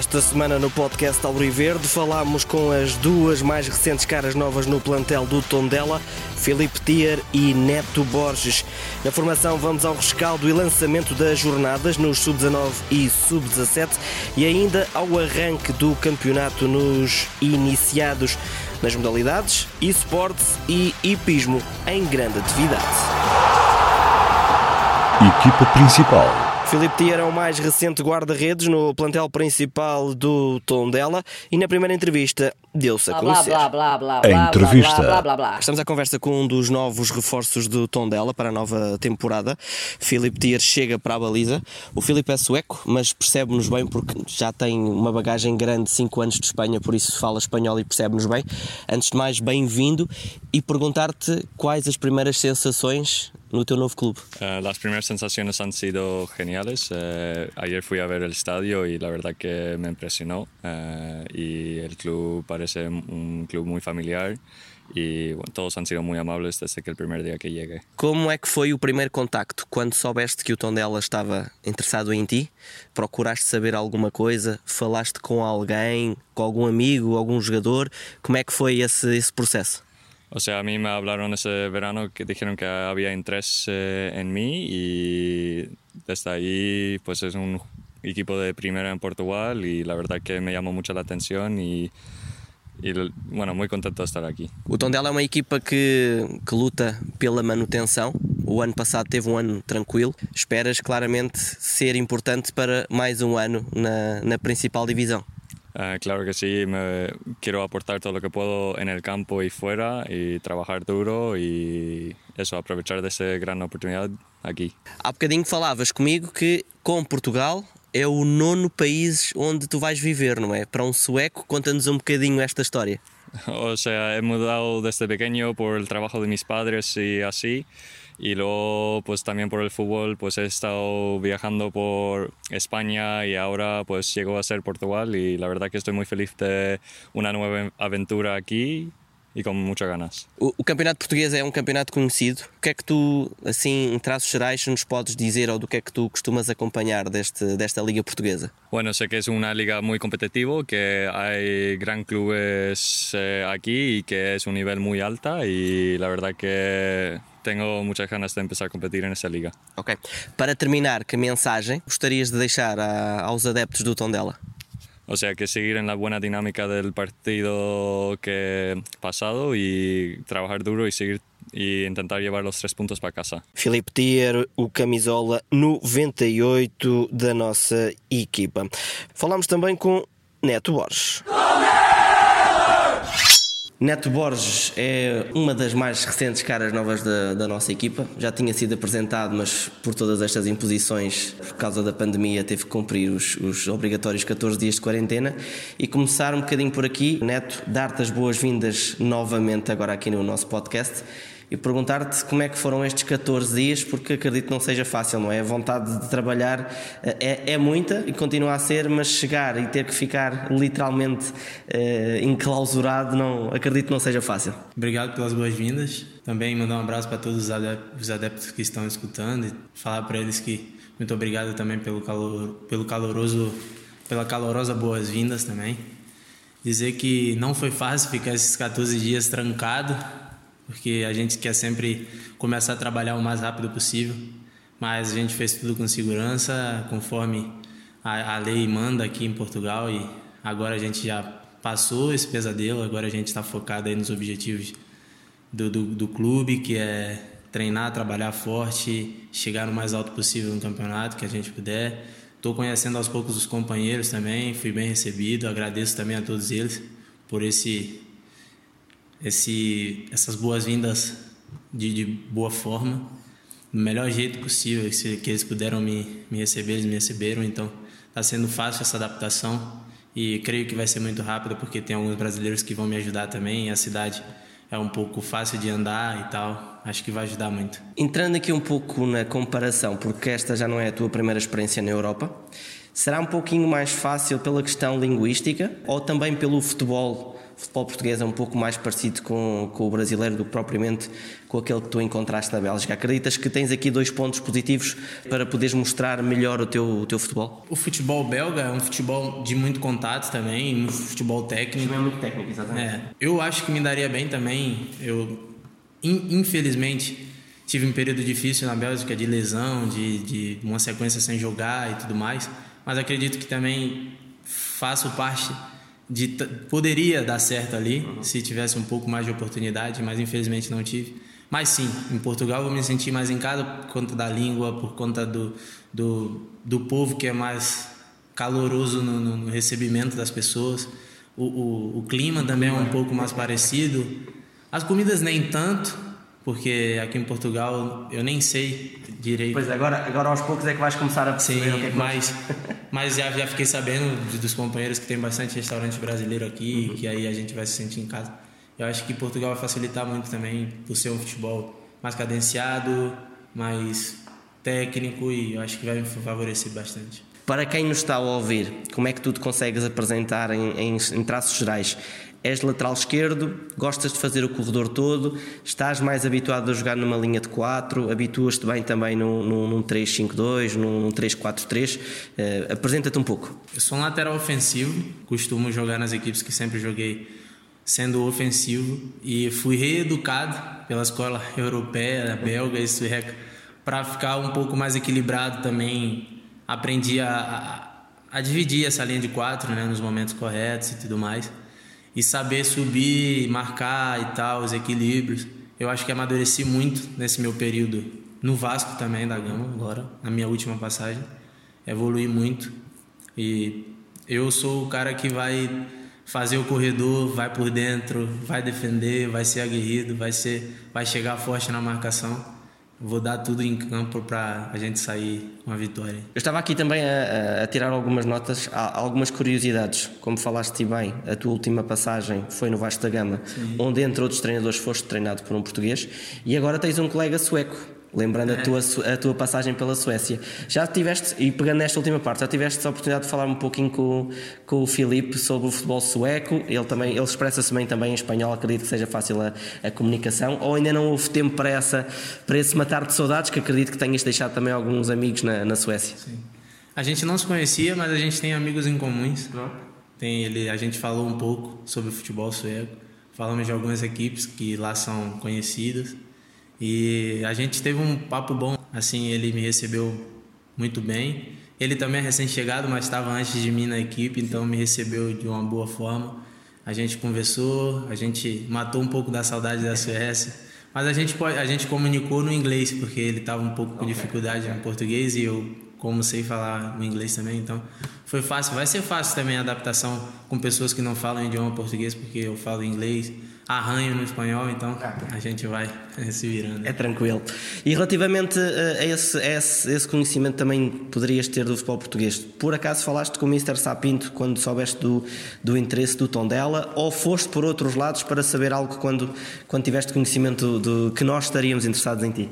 Esta semana no podcast Alviverde falámos com as duas mais recentes caras novas no plantel do Tondela, Filipe Thier e Neto Borges. Na formação vamos ao rescaldo e lançamento das jornadas nos sub-19 e sub-17 e ainda ao arranque do campeonato nos iniciados nas modalidades eSports e hipismo em grande atividade. Equipa principal. Filipe Thier é o mais recente guarda-redes no plantel principal do Tondela e na primeira entrevista deu-se a conhecer. Estamos à conversa com um dos novos reforços do Tondela para a nova temporada. Filipe Thier chega para a baliza. O Filipe é sueco, mas percebe-nos bem porque já tem uma bagagem grande, 5 anos de Espanha, por isso fala espanhol e percebe-nos bem. Antes de mais, bem-vindo e perguntar-te quais as primeiras sensações no teu novo clube. Las primeras sensaciones han sido geniales. Ayer fui a ver el estadio y la verdad que me impresionó. Y el club parece un club muy familiar y bueno, todos han sido muy amables desde que el primer día que llegué. Como é que foi o primeiro contacto? Quando soubeste que o Tondela estava interessado em ti, procuraste saber alguma coisa? Falaste com alguém, com algum amigo, algum jogador? Como é que foi esse processo? O sea, a mí me hablaron ese verano que dijeron que había interés en mí y desde ahí pues es un equipo de primera en Portugal y la verdad que me llamó mucho la atención y bueno, muy contento de estar aqui. O Tondela é uma equipa que luta pela manutenção. O ano passado teve um ano tranquilo. Esperas claramente ser importante para mais um ano na principal divisão? Claro que sí, quiero aportar todo lo que puedo en el campo y fuera y trabajar duro y eso, aprovechar de esa gran oportunidad aqui. Há bocadinho falavas comigo que com Portugal é o 9º país onde tu vais viver, não é? Para um sueco, conta-nos um bocadinho esta história. O sea, he mudado desde pequeño por el trabajo de mis padres y así. Y luego pues también por el fútbol pues he estado viajando por España y ahora pues llego a ser Portugal y la verdad que estoy muy feliz de una nueva aventura aquí e com muitas ganas. O campeonato português é um campeonato conhecido. O que é que tu, assim, em traços gerais, nos podes dizer ou do que é que tu costumas acompanhar desta Liga Portuguesa? Bueno, sé que es una liga muy competitiva, que hay gran clubes aquí y que es un nivel muy alta y la verdad que tenho muitas ganas de empezar a competir nessa liga. Ok. Para terminar, que mensagem gostarias de deixar aos adeptos do Tondela? O sea, que seguir en la buena dinámica del partido que he pasado y trabajar duro y seguir e intentar levar os 3 pontos para casa. Filipe Thier, o camisola 98 da nossa equipa. Falámos também com Neto Borges. Neto Borges é uma das mais recentes caras novas da nossa equipa. Já tinha sido apresentado, mas por todas estas imposições, por causa da pandemia, teve que cumprir os obrigatórios 14 dias de quarentena. E começar um bocadinho por aqui, Neto, dar-te as boas-vindas novamente agora aqui no nosso podcast e perguntar-te como é que foram estes 14 dias, porque acredito que não seja fácil, não é? A vontade de trabalhar é muita e continua a ser, mas chegar e ter que ficar literalmente enclausurado, acredito que não seja fácil. Obrigado pelas boas-vindas. Também mandar um abraço para todos os adeptos que estão escutando e falar para eles que muito obrigado também pela calorosa boas-vindas também. Dizer que não foi fácil ficar esses 14 dias trancado, porque a gente quer sempre começar a trabalhar o mais rápido possível, mas a gente fez tudo com segurança, conforme a lei manda aqui em Portugal, e agora a gente já passou esse pesadelo, agora a gente está focado aí nos objetivos do clube, que é treinar, trabalhar forte, chegar no mais alto possível no campeonato que a gente puder. Estou conhecendo aos poucos os companheiros também, fui bem recebido, agradeço também a todos eles por essas boas-vindas de boa forma, do melhor jeito possível que eles puderam me receber, eles me receberam, então está sendo fácil essa adaptação e creio que vai ser muito rápido porque tem alguns brasileiros que vão me ajudar também e a cidade é um pouco fácil de andar e tal, acho que vai ajudar muito. Entrando aqui um pouco na comparação, porque esta já não é a tua primeira experiência na Europa, será um pouquinho mais fácil pela questão linguística ou também pelo futebol futebol português é um pouco mais parecido com o brasileiro do que propriamente com aquele que tu encontraste na Bélgica. Acreditas que tens aqui 2 pontos positivos para poderes mostrar melhor o teu futebol? O futebol belga é um futebol de muito contato também, um futebol técnico. É muito técnico, exatamente. Eu acho que me daria bem também. Eu, infelizmente, tive um período difícil na Bélgica de lesão, de uma sequência sem jogar e tudo mais, mas acredito que também faço parte poderia dar certo ali, se tivesse um pouco mais de oportunidade, mas infelizmente não tive. Mas sim, em Portugal eu me senti mais em casa por conta da língua, por conta do povo que é mais caloroso no recebimento das pessoas. O clima também é um pouco mais parecido. As comidas nem tanto, porque aqui em Portugal eu nem sei direito. Pois agora aos poucos é que vais começar a perceber. Sim, o que é que mas já fiquei sabendo dos companheiros que tem bastante restaurante brasileiro aqui, que aí a gente vai se sentir em casa. Eu acho que Portugal vai facilitar muito também por ser um futebol mais cadenciado, mais técnico, e eu acho que vai me favorecer bastante. Para quem nos está a ouvir, como é que tu te consegues apresentar em traços gerais? És lateral esquerdo, gostas de fazer o corredor todo, estás mais habituado a jogar numa linha de 4, habituas-te bem também num 3-5-2, num 3-4-3, apresenta-te um pouco. Eu sou um lateral ofensivo, costumo jogar nas equipes que sempre joguei sendo ofensivo, e fui reeducado pela escola europeia, belga e sueca, para ficar um pouco mais equilibrado também. Aprendi a dividir essa linha de 4, né, nos momentos corretos e tudo mais, e saber subir, marcar e tal, os equilíbrios. Eu acho que amadureci muito nesse meu período no Vasco também da Gama, agora, na minha última passagem. Evolui muito, e eu sou o cara que vai fazer o corredor, vai por dentro, vai defender, vai ser aguerrido, vai chegar forte na marcação. Vou dar tudo em campo para a gente sair com a vitória. Eu estava aqui também a tirar algumas notas, algumas curiosidades. Como falaste bem, a tua última passagem foi no Vasco da Gama, sim, onde entre outros treinadores foste treinado por um português, e agora tens um colega sueco, lembrando a tua passagem pela Suécia. Já tiveste, e pegando nesta última parte, já tiveste a oportunidade de falar um pouquinho com o Filipe sobre o futebol sueco? Ele expressa-se bem também em espanhol, acredito que seja fácil a comunicação, ou ainda não houve tempo para esse matar de saudades, que acredito que tenhas deixado também alguns amigos na Suécia? Sim. A gente não se conhecia, mas a gente tem amigos em comuns. A gente falou um pouco sobre o futebol sueco, falamos de algumas equipes que lá são conhecidas, e a gente teve um papo bom. Assim, ele me recebeu muito bem. Ele também é recém-chegado, mas estava antes de mim na equipe, então me recebeu de uma boa forma. A gente conversou, a gente matou um pouco da saudade da Suécia, mas a gente comunicou no inglês, porque ele estava um pouco com dificuldade no português e eu, como sei falar no inglês também, então foi fácil. Vai ser fácil também a adaptação com pessoas que não falam idioma português, porque eu falo inglês, arranho no espanhol, então a gente vai se virando. É tranquilo. E relativamente a esse conhecimento também poderias ter do futebol português, por acaso falaste com o Mr. Sapinto quando soubeste do interesse do Tondela, ou foste por outros lados para saber algo quando tiveste conhecimento de que nós estaríamos interessados em ti?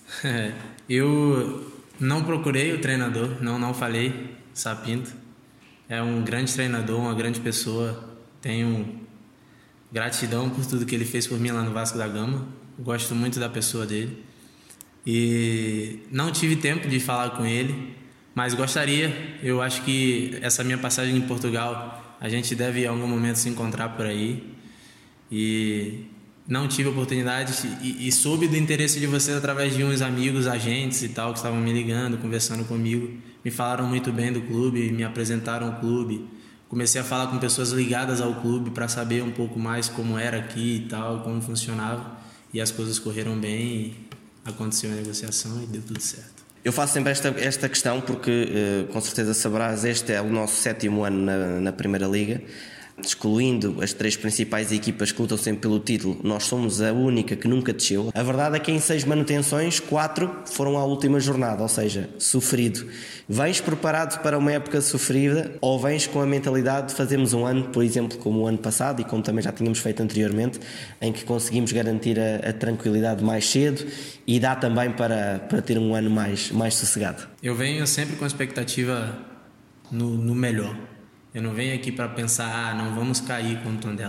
Eu não procurei o treinador, não falei. Sapinto é um grande treinador, uma grande pessoa. Tenho gratidão por tudo que ele fez por mim lá no Vasco da Gama. Gosto muito da pessoa dele. E não tive tempo de falar com ele, mas gostaria. Eu acho que essa minha passagem em Portugal, a gente deve em algum momento se encontrar por aí. E não tive oportunidade e soube do interesse de vocês através de uns amigos, agentes e tal, que estavam me ligando, conversando comigo. Me falaram muito bem do clube, me apresentaram o clube. Comecei a falar com pessoas ligadas ao clube para saber um pouco mais como era aqui e tal, como funcionava. E as coisas correram bem, e aconteceu a negociação e deu tudo certo. Eu faço sempre esta questão porque, com certeza saberás, este é o nosso 7º ano na Primeira Liga. Excluindo as 3 principais equipas que lutam sempre pelo título, nós somos a única que nunca desceu. A verdade é que em 6 manutenções, 4 foram à última jornada, ou seja, sofrido. Vens preparado para uma época sofrida, ou vens com a mentalidade de fazermos um ano, por exemplo, como o ano passado, e como também já tínhamos feito anteriormente, em que conseguimos garantir a tranquilidade mais cedo e dá também para ter um ano mais sossegado? Eu venho sempre com a expectativa no melhor. Eu não venho aqui para pensar, não vamos cair com o Tondela.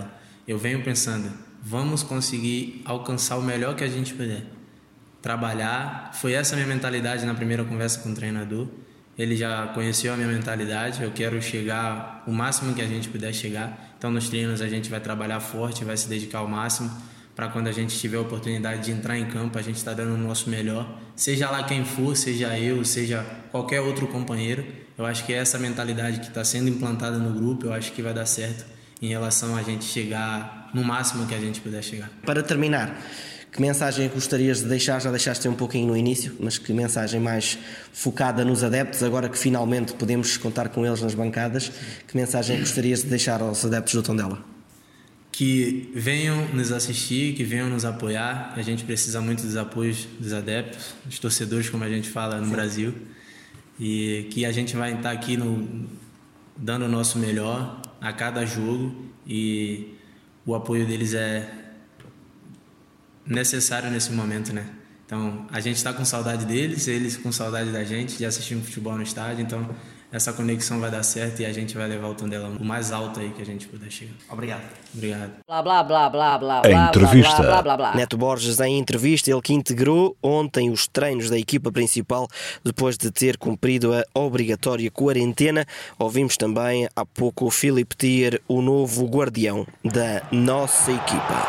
eu venho pensando, vamos conseguir alcançar o melhor que a gente puder. Trabalhar, foi essa a minha mentalidade na primeira conversa com o treinador. Ele já conheceu a minha mentalidade, eu quero chegar o máximo que a gente puder chegar. Então nos treinos a gente vai trabalhar forte, vai se dedicar ao máximo, para quando a gente tiver a oportunidade de entrar em campo, a gente está dando o nosso melhor. Seja lá quem for, seja eu, seja qualquer outro companheiro, eu acho que é essa mentalidade que está sendo implantada no grupo, eu acho que vai dar certo em relação a gente chegar no máximo que a gente puder chegar. Para terminar, que mensagem gostarias de deixar? Já deixaste um pouquinho no início, mas que mensagem mais focada nos adeptos, agora que finalmente podemos contar com eles nas bancadas, que mensagem gostarias de deixar aos adeptos do Tondela? Que venham nos assistir, que venham nos apoiar. A gente precisa muito dos apoios dos adeptos, dos torcedores, como a gente fala no Brasil. E que a gente vai estar aqui dando o nosso melhor a cada jogo. E o apoio deles é necessário nesse momento, né? Então, a gente está com saudade deles, eles com saudade da gente, de assistir um futebol no estádio. Então, essa conexão vai dar certo e a gente vai levar o Tondela o mais alto aí que a gente puder chegar. Obrigado. Obrigado. Blá, blá, blá, blá, blá, Em entrevista. blá, blá, blá, blá. Neto Borges em entrevista, ele que integrou ontem os treinos da equipa principal depois de ter cumprido a obrigatória quarentena. Ouvimos também há pouco o Philippe Thier, o novo guardião da nossa equipa.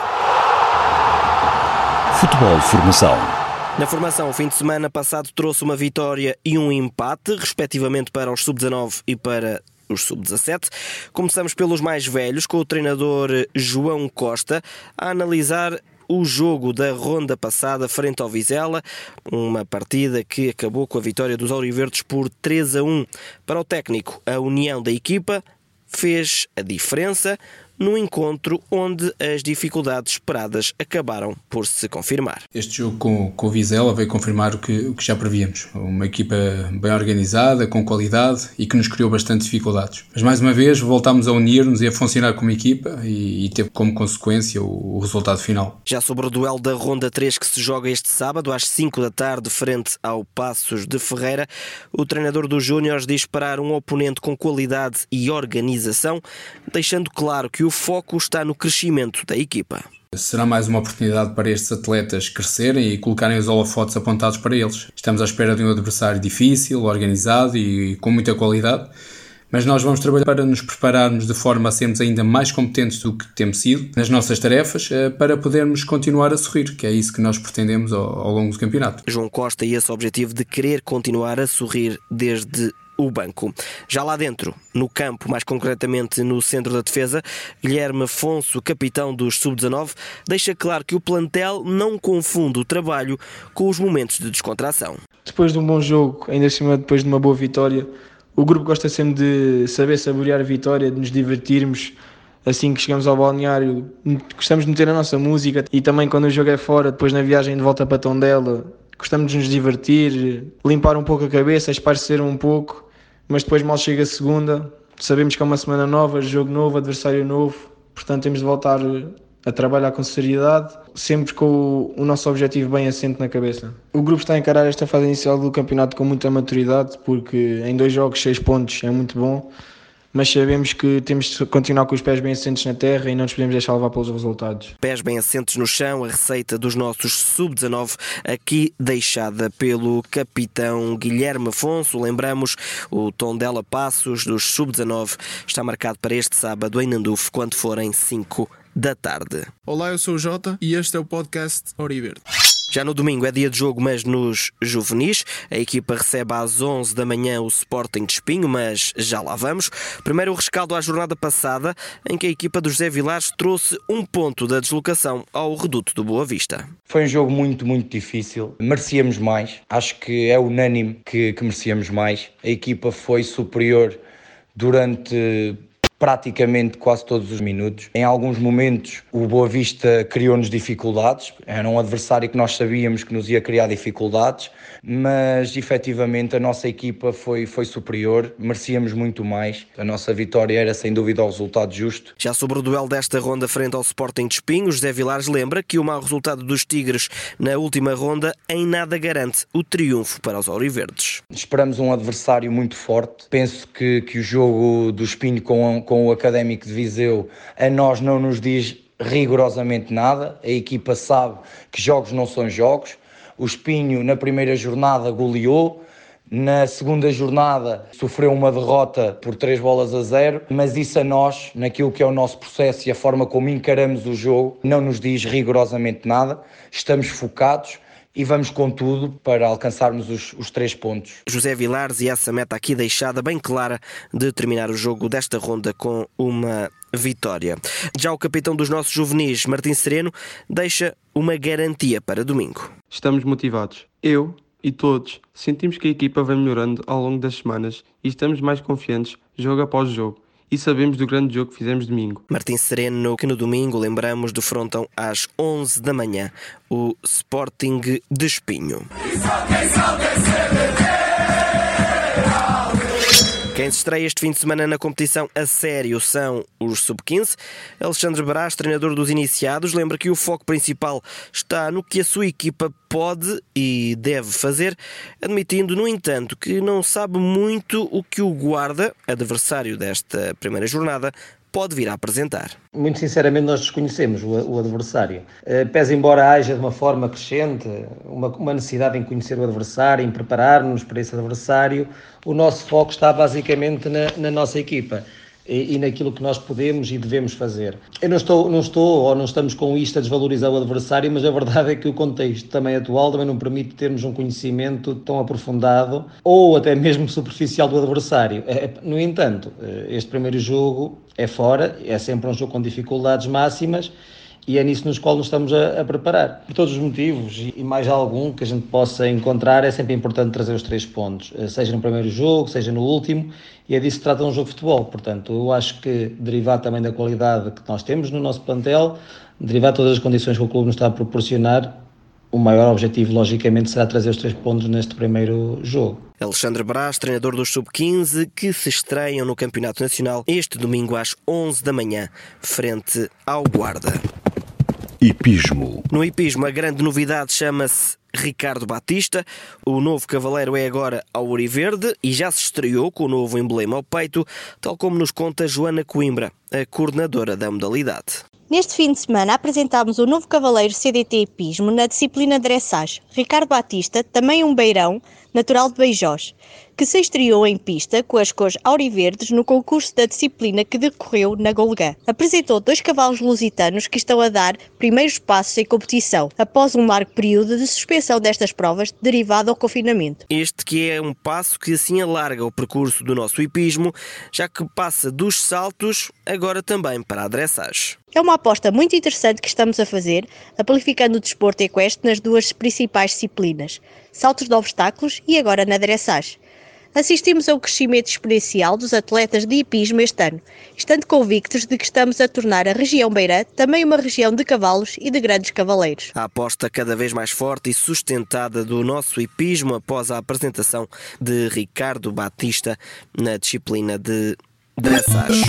Futebol Formação. Na formação, o fim de semana passado trouxe uma vitória e um empate, respectivamente para os sub-19 e para os sub-17. Começamos pelos mais velhos, com o treinador João Costa a analisar o jogo da ronda passada frente ao Vizela, uma partida que acabou com a vitória dos auriverdes por 3-1. Para o técnico, a união da equipa fez a diferença no encontro onde as dificuldades esperadas acabaram por se confirmar. Este jogo com o Vizela veio confirmar o que já prevíamos. Uma equipa bem organizada, com qualidade e que nos criou bastante dificuldades. Mas mais uma vez voltámos a unir-nos e a funcionar como equipa e teve como consequência o resultado final. Já sobre o duelo da Ronda 3 que se joga este sábado às 5 da tarde frente ao Paços de Ferreira, o treinador dos Júniores diz esperar um oponente com qualidade e organização, deixando claro que o foco está no crescimento da equipa. Será mais uma oportunidade para estes atletas crescerem e colocarem os holofotes apontados para eles. Estamos à espera de um adversário difícil, organizado e com muita qualidade, mas nós vamos trabalhar para nos prepararmos de forma a sermos ainda mais competentes do que temos sido nas nossas tarefas, para podermos continuar a sorrir, que é isso que nós pretendemos ao longo do campeonato. João Costa e esse objetivo de querer continuar a sorrir desde o banco. Já lá dentro, no campo, mais concretamente no centro da defesa, Guilherme Afonso, capitão dos sub-19, deixa claro que o plantel não confunde o trabalho com os momentos de descontração. Depois de um bom jogo, ainda acima depois de uma boa vitória, o grupo gosta sempre de saber saborear a vitória, de nos divertirmos. Assim que chegamos ao balneário, gostamos de meter a nossa música e também quando o jogo é fora, depois na viagem de volta para Tondela, gostamos de nos divertir, limpar um pouco a cabeça, espairecer um pouco. Mas depois mal chega a segunda, sabemos que é uma semana nova, jogo novo, adversário novo, portanto temos de voltar a trabalhar com seriedade, sempre com o nosso objetivo bem assente na cabeça. O grupo está a encarar esta fase inicial do campeonato com muita maturidade, porque em 2 jogos 6 pontos é muito bom, mas sabemos que temos de continuar com os pés bem assentes na terra e não nos podemos deixar levar pelos resultados. Pés bem assentes no chão, a receita dos nossos sub-19, aqui deixada pelo capitão Guilherme Afonso. Lembramos, o Tondela Paços dos sub-19 está marcado para este sábado em Nandufo, quando forem 5 da tarde. Olá, eu sou o Jota e este é o podcast Auriverde. Já no domingo é dia de jogo, mas nos juvenis. A equipa recebe às 11 da manhã o Sporting de Espinho, mas já lá vamos. Primeiro o rescaldo à jornada passada, em que a equipa do José Vilares trouxe 1 ponto da deslocação ao reduto do Boa Vista. Foi um jogo muito difícil. Merecíamos mais. Acho que é unânime que merecíamos mais. A equipa foi superior durante praticamente quase todos os minutos. Em alguns momentos o Boa Vista criou-nos dificuldades, era um adversário que nós sabíamos que nos ia criar dificuldades, mas efetivamente a nossa equipa foi superior, merecíamos muito mais. A nossa vitória era sem dúvida o resultado justo. Já sobre o duelo desta ronda frente ao Sporting de Espinho, José Vilares lembra que o mau resultado dos Tigres na última ronda em nada garante o triunfo para os auriverdes. Esperamos um adversário muito forte. Penso que o jogo do Espinho com o Académico de Viseu a nós não nos diz rigorosamente nada. A equipa sabe que jogos não são jogos. O Espinho na primeira jornada goleou, na segunda jornada sofreu uma derrota por 3-0, mas isso a nós, naquilo que é o nosso processo e a forma como encaramos o jogo, não nos diz rigorosamente nada. Estamos focados e vamos com tudo para alcançarmos os 3 pontos. José Vilares, e essa meta aqui deixada bem clara de terminar o jogo desta ronda com uma vitória. Já o capitão dos nossos juvenis, Martim Sereno, deixa uma garantia para domingo. Estamos motivados. Eu e todos sentimos que a equipa vem melhorando ao longo das semanas e estamos mais confiantes jogo após jogo. E sabemos do grande jogo que fizemos domingo. Martim Sereno, que no domingo, lembramos, defrontam às 11 da manhã o Sporting de Espinho. Quem se estreia este fim de semana na competição a sério são os Sub-15. Alexandre Brás, treinador dos iniciados, lembra que o foco principal está no que a sua equipa pode e deve fazer, admitindo, no entanto, que não sabe muito o que o Guarda, adversário desta primeira jornada, pode vir a apresentar. Muito sinceramente nós desconhecemos o adversário. Pese embora haja de uma forma crescente uma necessidade em conhecer o adversário, em preparar-nos para esse adversário, o nosso foco está basicamente na nossa equipa e naquilo que nós podemos e devemos fazer. Eu não estamos com isto a desvalorizar o adversário, mas a verdade é que o contexto também atual também não permite termos um conhecimento tão aprofundado ou até mesmo superficial do adversário. No entanto, este primeiro jogo é fora, é sempre um jogo com dificuldades máximas e é nisso nos qual nos estamos a preparar. Por todos os motivos e mais algum que a gente possa encontrar, é sempre importante trazer os 3 pontos, seja no primeiro jogo, seja no último, e é disso que trata um jogo de futebol. Portanto, eu acho que, derivado também da qualidade que nós temos no nosso plantel, derivado de todas as condições que o clube nos está a proporcionar, o maior objetivo, logicamente, será trazer os 3 pontos neste primeiro jogo. Alexandre Brás, treinador dos Sub-15, que se estreiam no Campeonato Nacional este domingo às 11 da manhã, frente ao Guarda. Hipismo. No hipismo, a grande novidade chama-se Ricardo Batista. O novo cavaleiro é agora ao Ouriverde e já se estreou com o novo emblema ao peito, tal como nos conta Joana Coimbra, a coordenadora da modalidade. Neste fim de semana apresentámos o novo cavaleiro CDT Hipismo na disciplina de dressage, Ricardo Batista, também um beirão, natural de Beijós, que se estreou em pista com as cores auriverdes no concurso da disciplina que decorreu na Golgã. Apresentou 2 cavalos lusitanos que estão a dar primeiros passos em competição, após um largo período de suspensão destas provas derivado ao confinamento. Este que é um passo que assim alarga o percurso do nosso hipismo, já que passa dos saltos agora também para a dressage. É uma aposta muito interessante que estamos a fazer, amplificando o desporto equestre nas 2 principais disciplinas, saltos de obstáculos e agora na dressage. Assistimos a um crescimento exponencial dos atletas de hipismo este ano, estando convictos de que estamos a tornar a região beirã também uma região de cavalos e de grandes cavaleiros. A aposta cada vez mais forte e sustentada do nosso hipismo após a apresentação de Ricardo Batista na disciplina de dressage.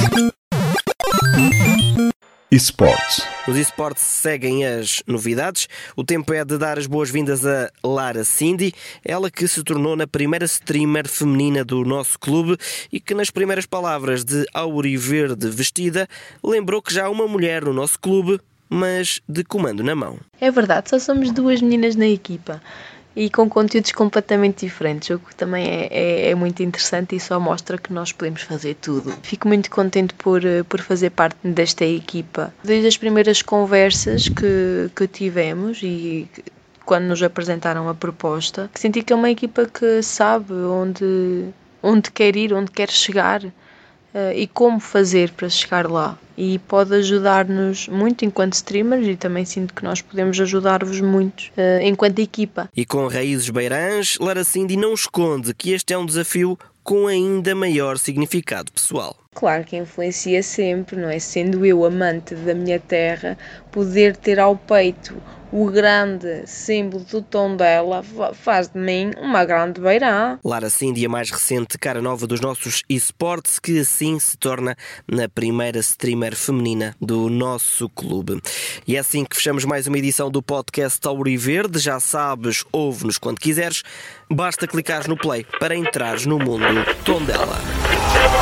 eSports. Os eSports seguem as novidades. O tempo é de dar as boas-vindas a Lara Cindy, ela que se tornou na primeira streamer feminina do nosso clube e que, nas primeiras palavras de Auriverde Vestida, lembrou que já há uma mulher no nosso clube, mas de comando na mão. É verdade, só somos 2 meninas na equipa e com conteúdos completamente diferentes, o que também é muito interessante e só mostra que nós podemos fazer tudo. Fico muito contente por fazer parte desta equipa. Desde as primeiras conversas que tivemos e quando nos apresentaram a proposta, senti que é uma equipa que sabe onde quer ir, onde quer chegar e como fazer para chegar lá. E pode ajudar-nos muito enquanto streamers e também sinto que nós podemos ajudar-vos muito enquanto equipa. E com raízes beirãs, Lara Cindy não esconde que este é um desafio com ainda maior significado pessoal. Claro que influencia sempre, não é? Sendo eu amante da minha terra, poder ter ao peito o grande símbolo do Tondela faz de mim uma grande beirã. Lara Cindy, a mais recente cara nova dos nossos eSports, que assim se torna na primeira streamer feminina do nosso clube. E é assim que fechamos mais uma edição do podcast Auriverde. Já sabes, ouve-nos quando quiseres. Basta clicares no play para entrares no mundo Tondela.